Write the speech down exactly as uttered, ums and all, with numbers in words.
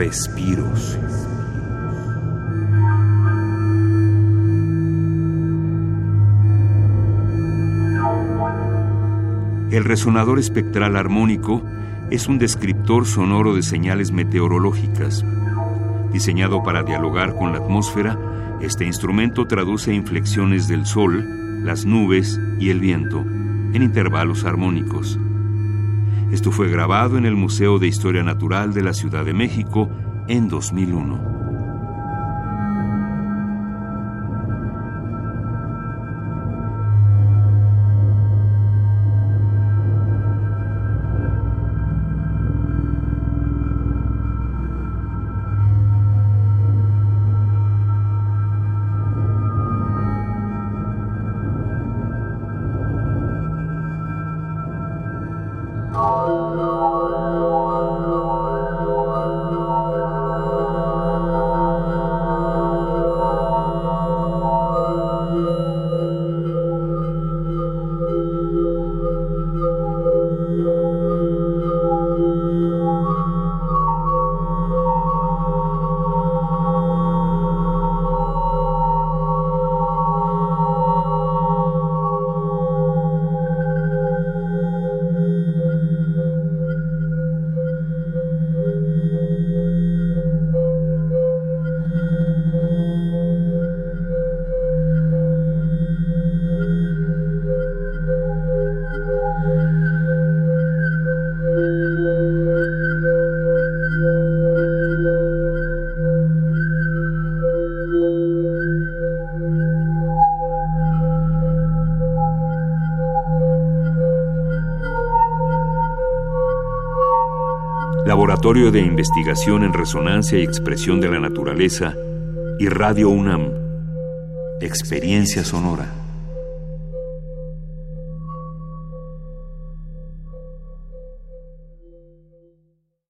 Respiros. El resonador espectral armónico es un descriptor sonoro de señales meteorológicas. Diseñado para dialogar con la atmósfera, este instrumento traduce inflexiones del sol, las nubes y el viento en intervalos armónicos. Esto fue grabado en el Museo de Historia Natural de la Ciudad de México en dos mil uno. Laboratorio de Investigación en Resonancia y Expresión de la Naturaleza y Radio UNAM. Experiencia sonora.